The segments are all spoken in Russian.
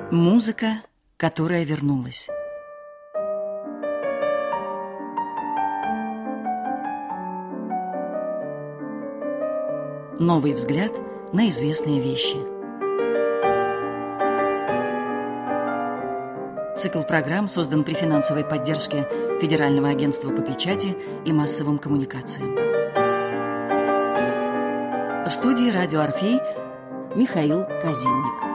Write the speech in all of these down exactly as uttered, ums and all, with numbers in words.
Музыка, которая вернулась. Новый взгляд на известные вещи. Цикл программ создан при финансовой поддержке Федерального агентства по печати и массовым коммуникациям. В студии «Радио Орфей» Михаил Казинник.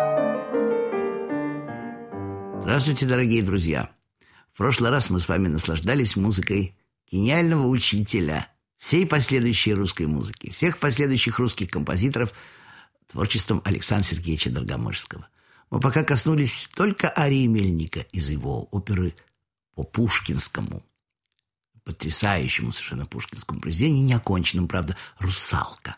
Здравствуйте, дорогие друзья! В прошлый раз мы с вами наслаждались музыкой гениального учителя всей последующей русской музыки, всех последующих русских композиторов, творчеством Александра Сергеевича Доргомышского. Мы пока коснулись только арии Мельника из его оперы по пушкинскому, потрясающему совершенно пушкинскому произведению, неоконченному, правда, «Русалка».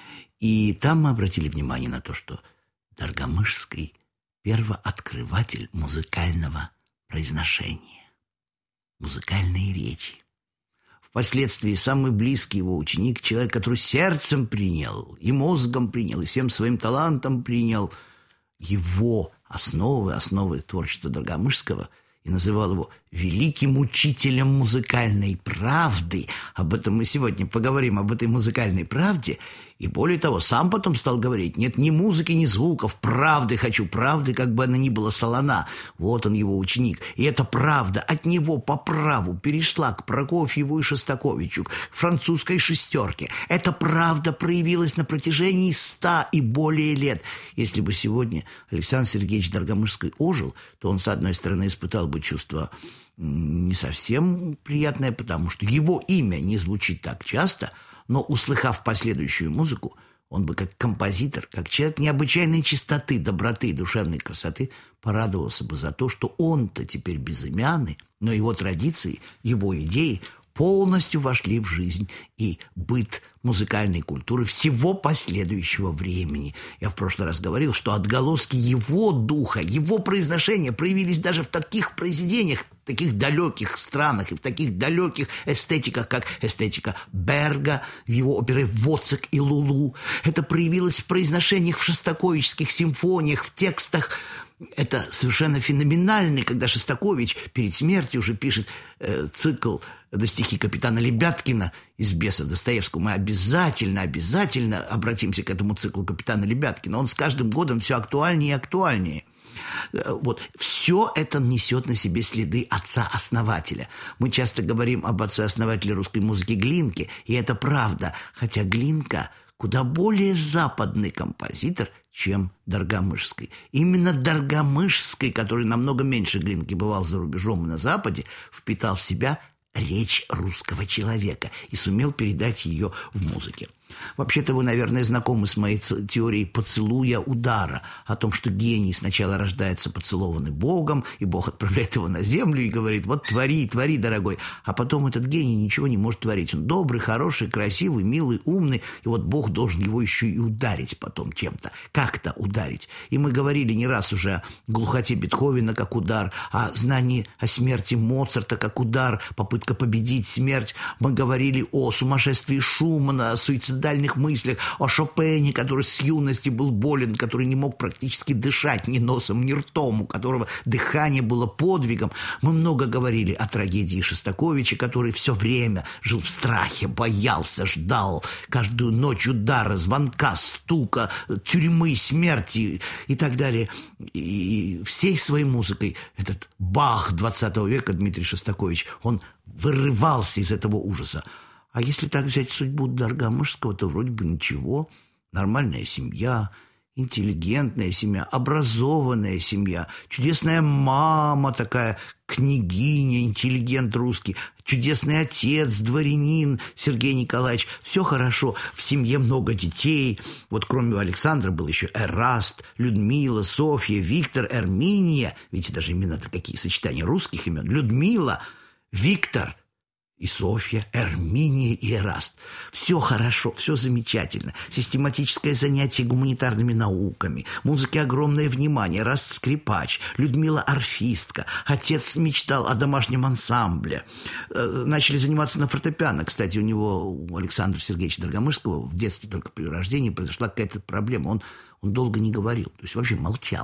И там мы обратили внимание на то, что Доргомышский – первооткрыватель музыкального произношения, музыкальной речи. Впоследствии самый близкий его ученик, человек, который сердцем принял, и мозгом принял, и всем своим талантом принял его основы, основы творчества Доргомышского, и называл его великим учителем музыкальной правды. Об этом мы сегодня поговорим, об этой музыкальной правде. И более того, сам потом стал говорить: нет ни музыки, ни звуков, правды хочу, правды, как бы она ни была солона. Вот он, его ученик. И эта правда от него по праву перешла к Прокофьеву и Шостаковичу, к французской шестерке. Эта правда проявилась на протяжении ста и более лет. Если бы сегодня Александр Сергеевич Доргомышский ожил, то он, с одной стороны, испытал бы чувство не совсем приятное, потому что его имя не звучит так часто, но, услыхав последующую музыку, он бы как композитор, как человек необычайной чистоты, доброты и душевной красоты порадовался бы за то, что он-то теперь безымянный, но его традиции, его идеи полностью вошли в жизнь и быт музыкальной культуры всего последующего времени. Я в прошлый раз говорил, что отголоски его духа, его произношения проявились даже в таких произведениях, в таких далеких странах и в таких далеких эстетиках, как эстетика Берга в его опере «Воцик и Лулу». Это проявилось в произношениях в шостаковичских симфониях, в текстах. Это совершенно феноменально, когда Шостакович перед смертью уже пишет э, цикл до стихи капитана Лебяткина из «Беса» Достоевского. Мы обязательно, обязательно обратимся к этому циклу капитана Лебяткина. Он с каждым годом все актуальнее и актуальнее. Вот. Все это несет на себе следы отца-основателя. Мы часто говорим об отце-основателе русской музыки Глинке, и это правда, хотя Глинка куда более западный композитор, чем Доргомышский. Именно Доргомышский, который намного меньше Глинки бывал за рубежом и на Западе, впитал в себя речь русского человека и сумел передать ее в музыке. Вообще-то вы, наверное, знакомы с моей теорией поцелуя удара, о том, что гений сначала рождается поцелованный Богом, и Бог отправляет его на землю и говорит: вот твори, твори, дорогой. А потом этот гений ничего не может творить. Он добрый, хороший, красивый, милый, умный, и вот Бог должен его еще и ударить потом чем-то, как-то ударить. И мы говорили не раз уже о глухоте Бетховена как удар, о знании о смерти Моцарта как удар, попытка победить смерть. Мы говорили о сумасшествии Шумана, о суицидальном мыслях, о Шопене, который с юности был болен, который не мог практически дышать ни носом, ни ртом, у которого дыхание было подвигом. Мы много говорили о трагедии Шостаковича, который все время жил в страхе, боялся, ждал каждую ночь удара, звонка, стука, тюрьмы, смерти и так далее. И всей своей музыкой этот Бах двадцатого века, Дмитрий Шостакович, он вырывался из этого ужаса. А если так взять судьбу Доргомышского, то вроде бы ничего. Нормальная семья, интеллигентная семья, образованная семья, чудесная мама такая, княгиня, интеллигент русский, чудесный отец, дворянин Сергей Николаевич. Все хорошо, в семье много детей. Вот кроме Александра был еще Эраст, Людмила, Софья, Виктор, Эрминия. Видите, даже имена-то какие сочетания русских имен. Людмила, Виктор и Софья, Эрминия и Эраст. Все хорошо, все замечательно. Систематическое занятие гуманитарными науками, музыке огромное внимание, Эраст скрипач, Людмила арфистка, отец мечтал о домашнем ансамбле. Начали заниматься на фортепиано. Кстати, у него, у Александра Сергеевича Доргомышского, в детстве только при рождении произошла какая-то проблема. Он, он долго не говорил, то есть вообще молчал.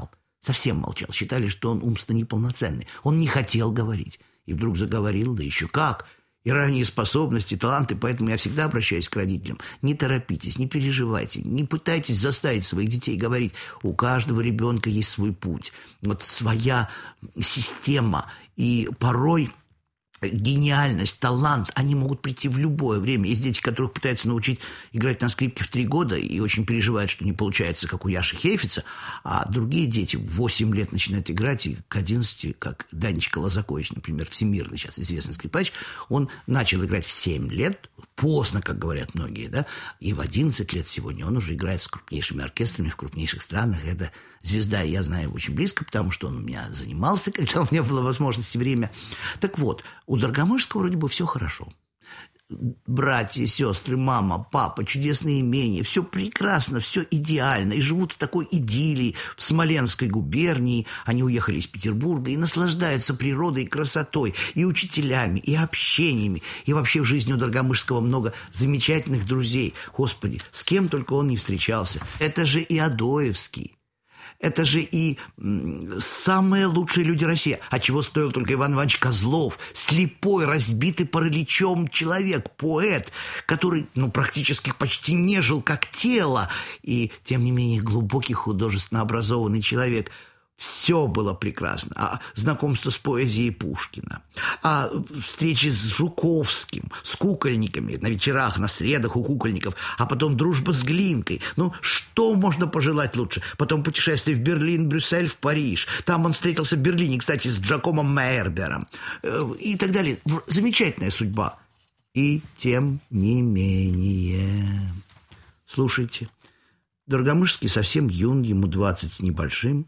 Совсем молчал. Считали, что он умственно неполноценный. Он не хотел говорить. И вдруг заговорил, да еще как. И ранние способности, таланты. Поэтому я всегда обращаюсь к родителям. Не торопитесь, не переживайте. Не пытайтесь заставить своих детей говорить. У каждого ребенка есть свой путь. Вот своя система. И порой гениальность, талант, они могут прийти в любое время. Есть дети, которых пытаются научить играть на скрипке в три года и очень переживают, что не получается, как у Яши Хейфица, а другие дети в восемь лет начинают играть, и к одиннадцати, как Данечка Лозакович, например, всемирный сейчас известный скрипач, он начал играть в семь лет, поздно, как говорят многие, да, и в одиннадцать лет сегодня он уже играет с крупнейшими оркестрами в крупнейших странах. Это звезда, и я знаю его очень близко, потому что он у меня занимался, когда у меня была возможность и время. Так вот, у Доргомышского вроде бы все хорошо. Братья, сестры, мама, папа, чудесные имения. Все прекрасно, все идеально. И живут в такой идиллии в Смоленской губернии. Они уехали из Петербурга и наслаждаются природой и красотой, и учителями, и общениями. И вообще в жизни у Доргомышского много замечательных друзей. Господи, с кем только он не встречался. Это же и Адоевский. Это же и м, самые лучшие люди России. А чего стоил только Иван Иванович Козлов, слепой, разбитый параличом человек, поэт, который, ну, практически почти не жил как тело, и, тем не менее, глубокий, художественно образованный человек. Все было прекрасно. А знакомство с поэзией Пушкина, а встречи с Жуковским, с кукольниками на вечерах, на средах у кукольников, а потом дружба с Глинкой. Ну, что можно пожелать лучше? Потом путешествие в Берлин, Брюссель, в Париж. Там он встретился в Берлине, кстати, с Джакомом Мейербером и так далее. Замечательная судьба. И тем не менее... Слушайте, Доргомышский совсем юн, ему двадцать с небольшим,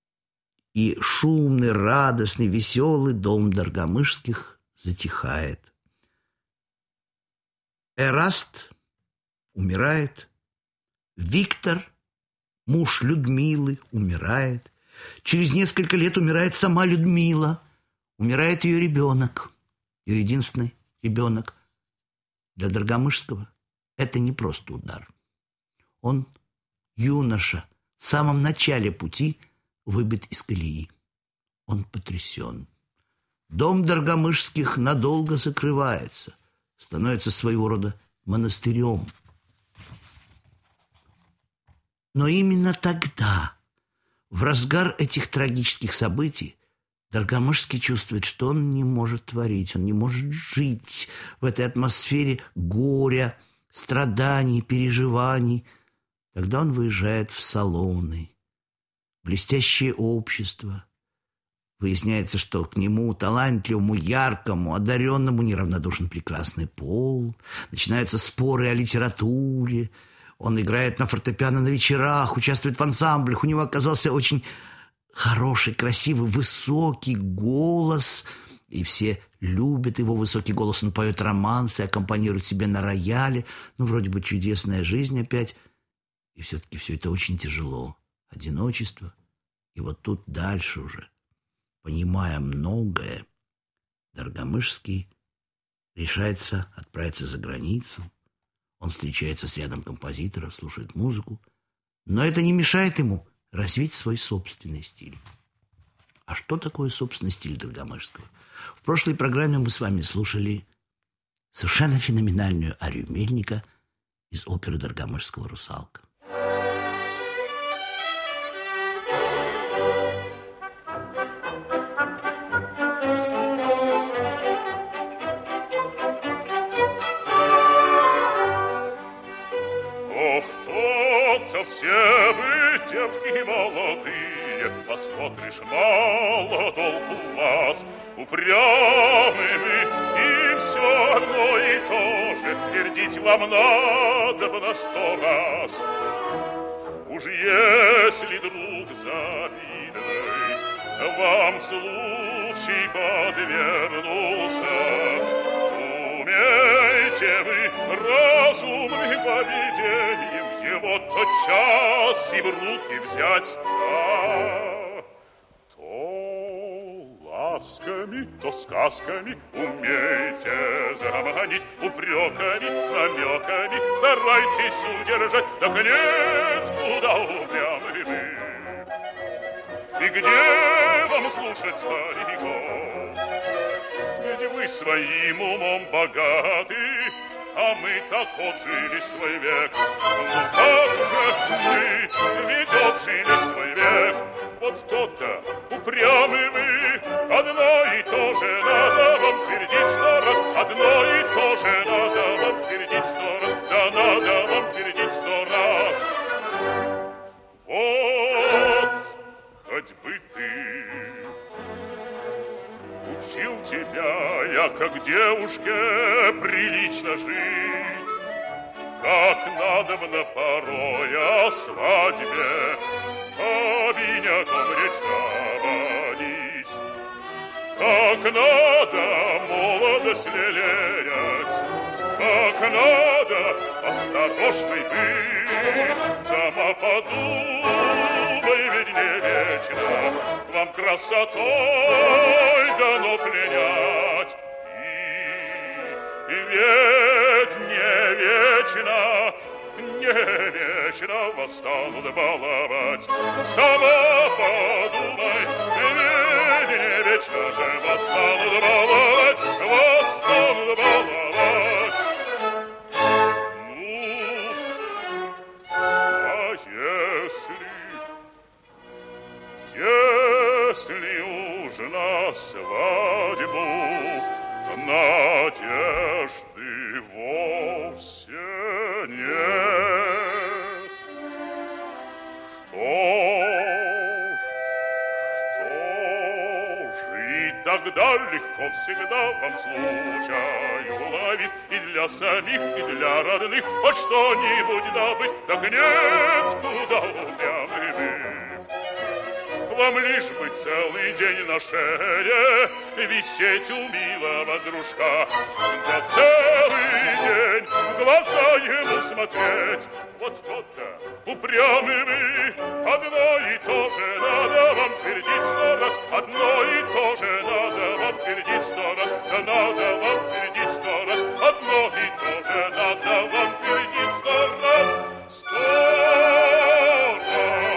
и шумный, радостный, веселый дом Доргомышских затихает. Эраст умирает. Виктор, муж Людмилы, умирает. Через несколько лет умирает сама Людмила. Умирает ее ребенок. Ее единственный ребенок. Для Доргомышского это не просто удар. Он, юноша, в самом начале пути выбит из колеи. Он потрясен. Дом Доргомышских надолго закрывается, становится своего рода монастырем. Но именно тогда, в разгар этих трагических событий, Доргомышский чувствует, что он не может творить, он не может жить в этой атмосфере горя, страданий, переживаний. Тогда он выезжает в салоны, блестящее общество. Выясняется, что к нему, талантливому, яркому, одаренному, неравнодушен прекрасный пол. Начинаются споры о литературе. Он играет на фортепиано на вечерах, участвует в ансамблях. У него оказался очень хороший, красивый, высокий голос. И все любят его высокий голос. Он поет романсы, аккомпанирует себе на рояле. Ну, вроде бы чудесная жизнь опять. И все-таки все это очень тяжело. Одиночество. И вот тут дальше уже, понимая многое, Доргомышский решается отправиться за границу. Он встречается с рядом композиторов, слушает музыку. Но это не мешает ему развить свой собственный стиль. А что такое собственный стиль Доргомышского? В прошлой программе мы с вами слушали совершенно феноменальную арию Мельника из оперы Доргомышского «Русалка». Все вы, девки молодые, посмотришь, мало толку у вас. Упрямы вы, и все одно и то же твердить вам надо бы на сто раз. Уж если друг завидный вам случай подвернулся, умейте вы разумным поведением его тотчас и в руки взять, а то ласками, то сказками умейте заманить, упреками, намеками старайтесь удержать, так нет, куда упрямы вы. И где вам слушать стариков? Ведь вы своим умом богаты, а мы так отжили свой век. Ну как же мы, ведь отжили свой век. Вот то-то упрямы вы, одно и то же надо вам твердить сто раз. Одно и то же надо вам твердить сто раз. Да надо вам твердить сто раз. Вот, хоть бы ты учил тебя я, как девушке, прилично жить, как надобно порой о свадьбе обиняком речь заводить, как надо молодость лелеять, как надо осторожной быть. Сама подумай, ведь не вечно вам красотой дано пленять. И, и ведь не вечно, не вечно вас станут баловать. Сама подумай, ведь не вечно же вас станут баловать, вас станут баловать. Ну, а если, если уж на свадьбу надежды вовсе нет, что ж, что ж, и тогда легко всегда вам случай уловит и для самих, и для родных хоть что-нибудь добыть. Так нет, куда упрямы вы, вам лишь бы целый день на шее висеть у милого дружка, да целый день в глаза ему смотреть. Вот то-то упрямы вы, одно и то же надо вам твердить сто раз. Одно и то же надо вам твердить сто раз. Да надо вам твердить сто раз. Одно и то же надо вам твердить сто раз. Сто раз.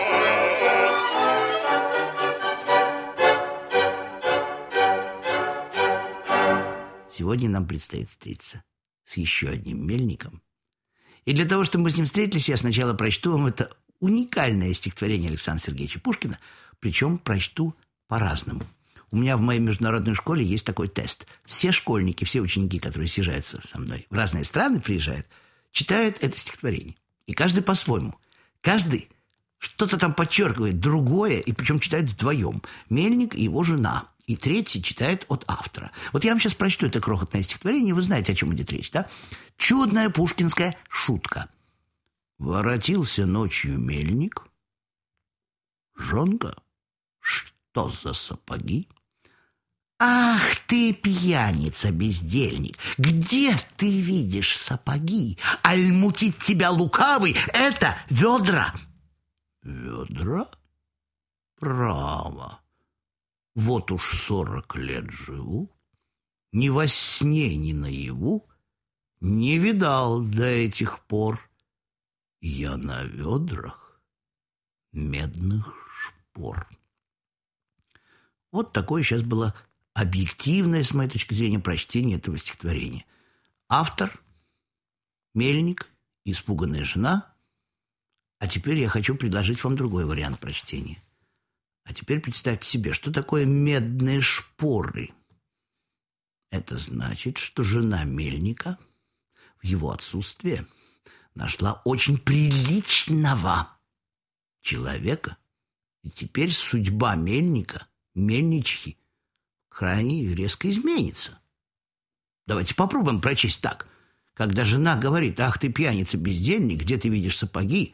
Сегодня нам предстоит встретиться с еще одним мельником. И для того, чтобы мы с ним встретились, я сначала прочту вам это уникальное стихотворение Александра Сергеевича Пушкина, причем прочту по-разному. У меня в моей международной школе есть такой тест. Все школьники, все ученики, которые съезжаются со мной, в разные страны приезжают, читают это стихотворение. И каждый по-своему. Каждый что-то там подчеркивает другое, и причем читает вдвоем. Мельник и его жена. И третий читает от автора. Вот я вам сейчас прочту это крохотное стихотворение, вы знаете, о чем идет речь, да? Чудная пушкинская шутка. Воротился ночью мельник. Жонка, что за сапоги? Ах ты, пьяница-бездельник, где ты видишь сапоги? Аль мутит тебя лукавый, это ведра. Ведра? Право. Вот уж сорок лет живу, ни во сне, ни наяву не видал до этих пор я на ведрах медных шпор. Вот такое сейчас было объективное, с моей точки зрения, прочтение этого стихотворения. Автор — мельник, испуганная жена. А теперь я хочу предложить вам другой вариант прочтения. А теперь представьте себе, что такое медные шпоры. Это значит, что жена мельника в его отсутствие нашла очень приличного человека. И теперь судьба мельника, мельничихи, крайне резко изменится. Давайте попробуем прочесть так. Когда жена говорит: «Ах ты, пьяница-бездельник, где ты видишь сапоги?»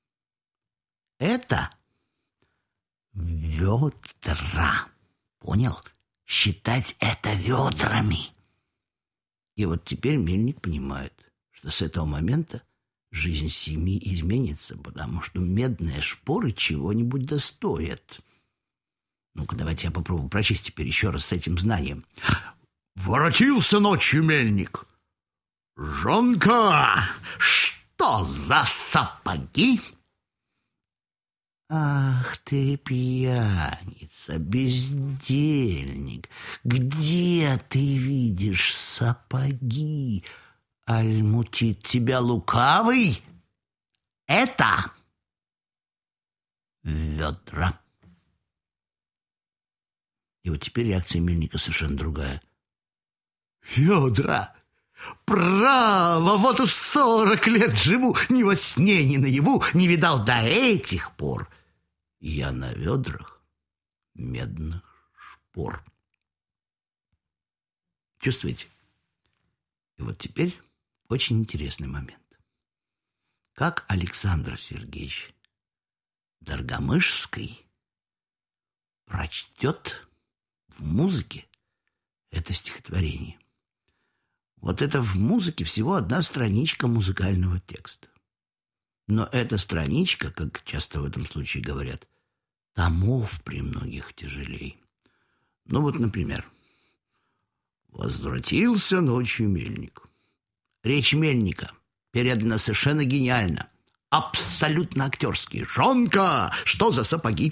Это ведра. Понял? Считать это ведрами. И вот теперь мельник понимает, что с этого момента жизнь семьи изменится, потому что медные шпоры чего-нибудь достоят. Ну-ка, давайте я попробую прочесть теперь еще раз с этим знанием. Воротился ночью мельник. Жонка, что за сапоги? Ах ты, пьяница, бездельник, где ты видишь сапоги? Аль мутит тебя лукавый? Это ведра. И вот теперь реакция Мельника совершенно другая. Ведра! Право, вот уж сорок лет живу, ни во сне, ни наяву не видал до этих пор. Я на ведрах медных шпор. Чувствуете? И вот теперь очень интересный момент. Как Александр Сергеевич Доргомышский прочтет в музыке это стихотворение. Вот это в музыке всего одна страничка музыкального текста. Но эта страничка, как часто в этом случае говорят, томов при многих тяжелей. Ну вот, например, «Возвратился ночью мельник». Речь Мельника передана совершенно гениально, абсолютно актерски. «Жонка, что за сапоги?»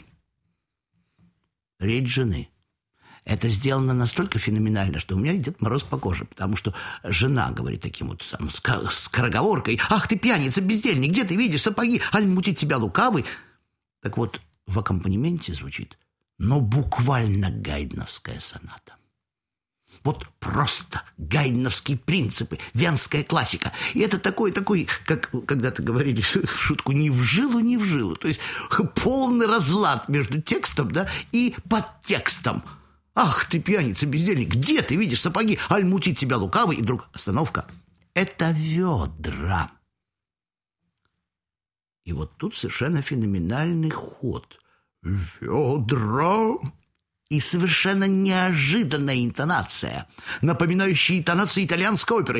Речь жены. Это сделано настолько феноменально, что у меня идет мороз по коже, потому что жена говорит таким вот самым скороговоркой: «Ах ты, пьяница, бездельник, где ты видишь сапоги? Аль мутит тебя лукавый?» Так вот, в аккомпанементе звучит, но буквально гайдновская соната. Вот просто гайдновские принципы, венская классика. И это такой, такой, как когда-то говорили в шутку, ни в жилу, ни в жилу. То есть полный разлад между текстом, да, и подтекстом. «Ах ты, пьяница, бездельник, где ты видишь сапоги? Аль мутит тебя лукавый». И вдруг остановка. Это ведра. И вот тут совершенно феноменальный ход. Ведра. И совершенно неожиданная интонация, напоминающая интонацию итальянской оперы.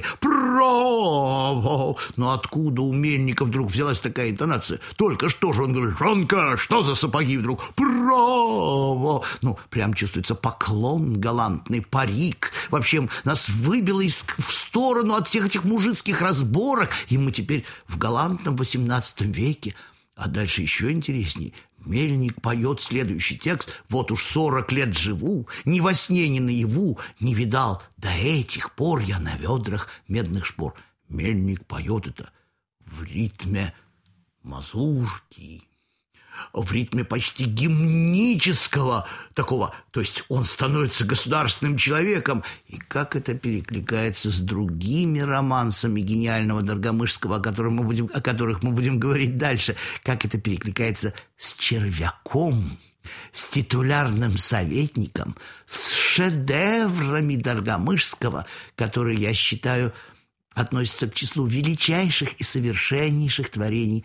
«Право!» Но откуда у Мельника вдруг взялась такая интонация? Только что же он говорит: «Жонка, что за сапоги?» Вдруг «Право!» Ну, прям чувствуется поклон галантный, парик. Вообще нас выбило из, в сторону от всех этих мужицких разборок. И мы теперь в галантном восемнадцатом веке. А дальше еще интересней. Мельник поет следующий текст: «Вот уж сорок лет живу, ни во сне, ни наяву не видал до этих пор я на ведрах медных шпор». Мельник поет это в ритме мазурки, в ритме почти гимнического такого, то есть он становится государственным человеком. И как это перекликается с другими романсами гениального Доргомышского, о, которых мы будем, о которых мы будем говорить дальше, как это перекликается с «Червяком», с «Титулярным советником», с шедеврами Доргомышского, которые, я считаю, относятся к числу величайших и совершеннейших творений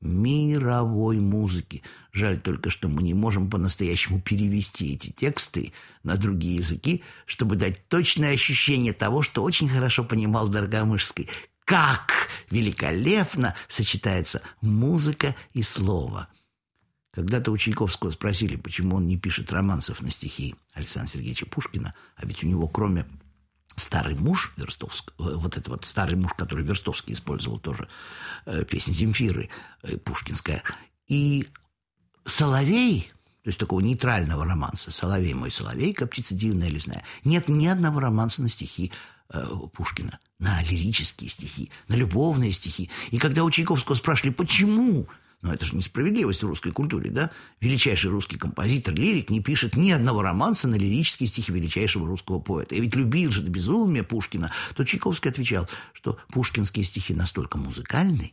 мировой музыки. Жаль только, что мы не можем по-настоящему перевести эти тексты на другие языки, чтобы дать точное ощущение того, что очень хорошо понимал Доргомышский. Как великолепно сочетается музыка и слово. Когда-то у Чайковского спросили, почему он не пишет романсов на стихи Александра Сергеевича Пушкина, а ведь у него, кроме «Старый муж» Верстовский, вот этот вот «Старый муж», который Верстовский использовал тоже, песня Земфиры пушкинская, и «Соловей», то есть такого нейтрального романса «Соловей мой, соловейка, птица дивная лесная», нет ни одного романса на стихи Пушкина, на лирические стихи, на любовные стихи. И когда у Чайковского спрашивали, почему, ну это же несправедливость в русской культуре, да? Величайший русский композитор, лирик, не пишет ни одного романса на лирические стихи величайшего русского поэта. И ведь любил же до безумия Пушкина. То Чайковский отвечал, что пушкинские стихи настолько музыкальны,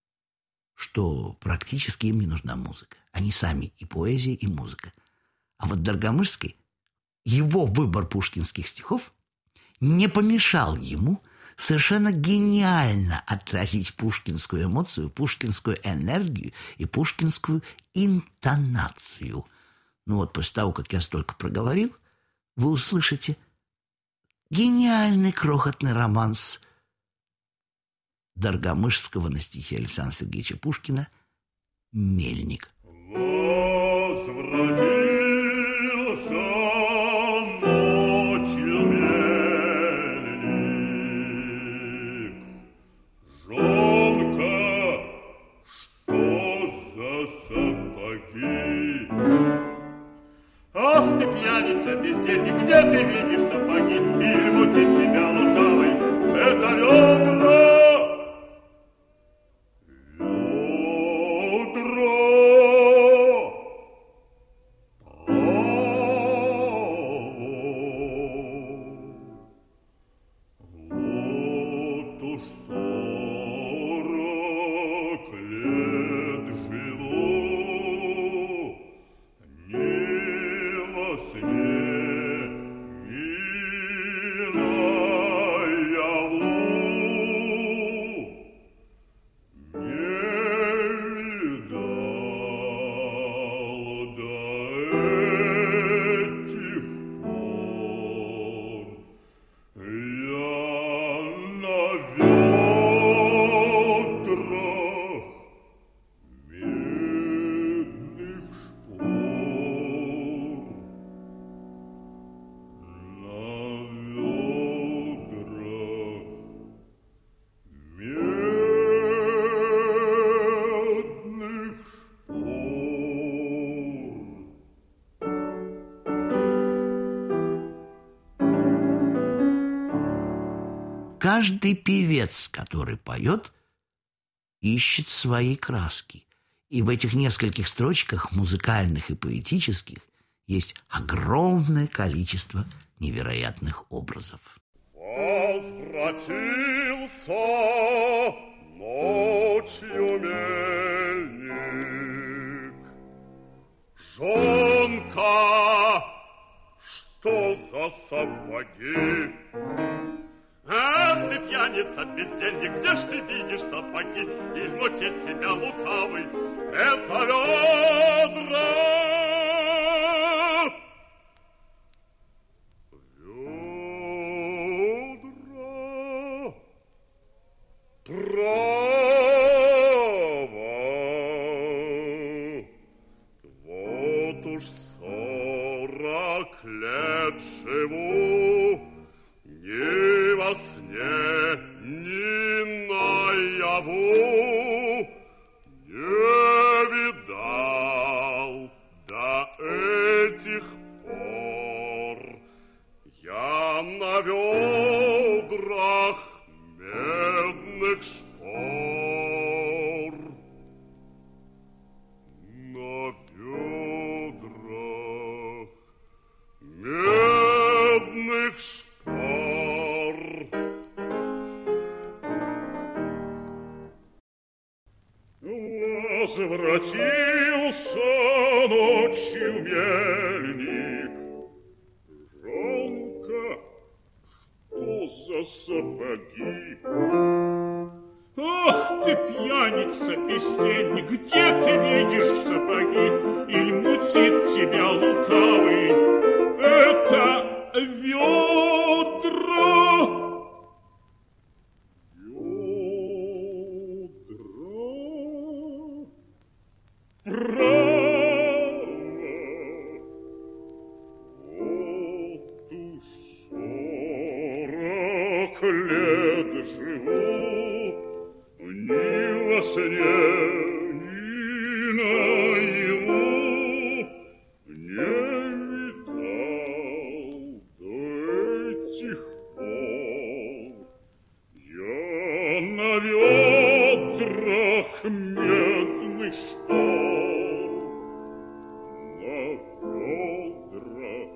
что практически им не нужна музыка. Они сами и поэзия, и музыка. А вот Доргомышский, его выбор пушкинских стихов не помешал ему совершенно гениально отразить пушкинскую эмоцию, пушкинскую энергию и пушкинскую интонацию. Ну вот после того, как я столько проговорил, вы услышите гениальный крохотный романс Доргомышского на стихи Александра Сергеевича Пушкина «Мельник». Сапоги Ах ты, пьяница, бездельник, где ты видишь сапоги? Или мутит тебя лукавый это ведра? Каждый певец, который поет, ищет свои краски. И в этих нескольких строчках, музыкальных и поэтических, есть огромное количество невероятных образов. Возвратился ночью мельник. Жонка, что за сапоги? Ах ты, пьяница, бездельник, где ж ты видишь сапоги? Иль мутит тебя лукавый это ведра? Ведра. Право. Вот уж сорок лет живу, ни во сне, ни наяву не видал до этих пор я на ведрах медных шпор. На ведрах медных шпор. Возвратился ночью мельник. Жонка, что за сапоги? Ах ты, пьяница, бездельник, где ты видишь сапоги? Иль мутит тебя лукавый это ведра? Право. Вот уж сорок лет живу, ни во сне, ни наяву не видал до этих пор я на ведрах медных шпор. На ведрах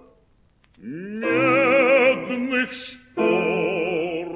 медных шпор.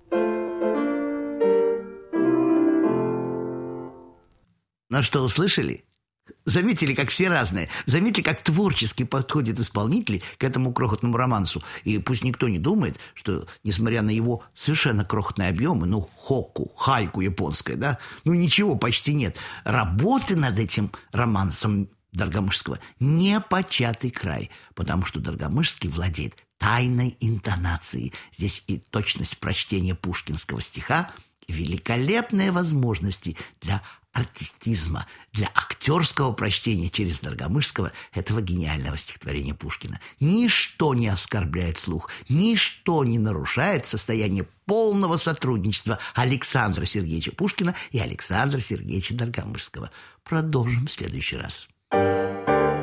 Ну что, услышали? Заметили, как все разные? Заметили, как творчески подходят исполнители к этому крохотному романсу? И пусть никто не думает, что, несмотря на его совершенно крохотные объемы, ну, хокку, хайку японское, да, ну, ничего почти нет. Работы над этим романсом Доргомышского непочатый край, потому что Доргомышский владеет тайной интонацией. Здесь и точность прочтения пушкинского стиха, и великолепные возможности для артистизма, для актерского прочтения через Доргомышского этого гениального стихотворения Пушкина. Ничто не оскорбляет слух, ничто не нарушает состояние полного сотрудничества Александра Сергеевича Пушкина и Александра Сергеевича Доргомышского. Продолжим в следующий раз.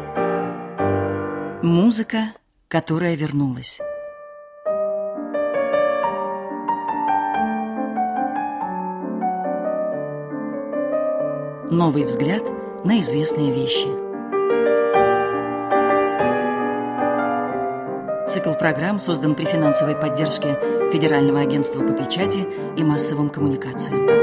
Музыка, которая вернулась. Новый взгляд на известные вещи. Цикл программ создан при финансовой поддержке Федерального агентства по печати и массовым коммуникациям.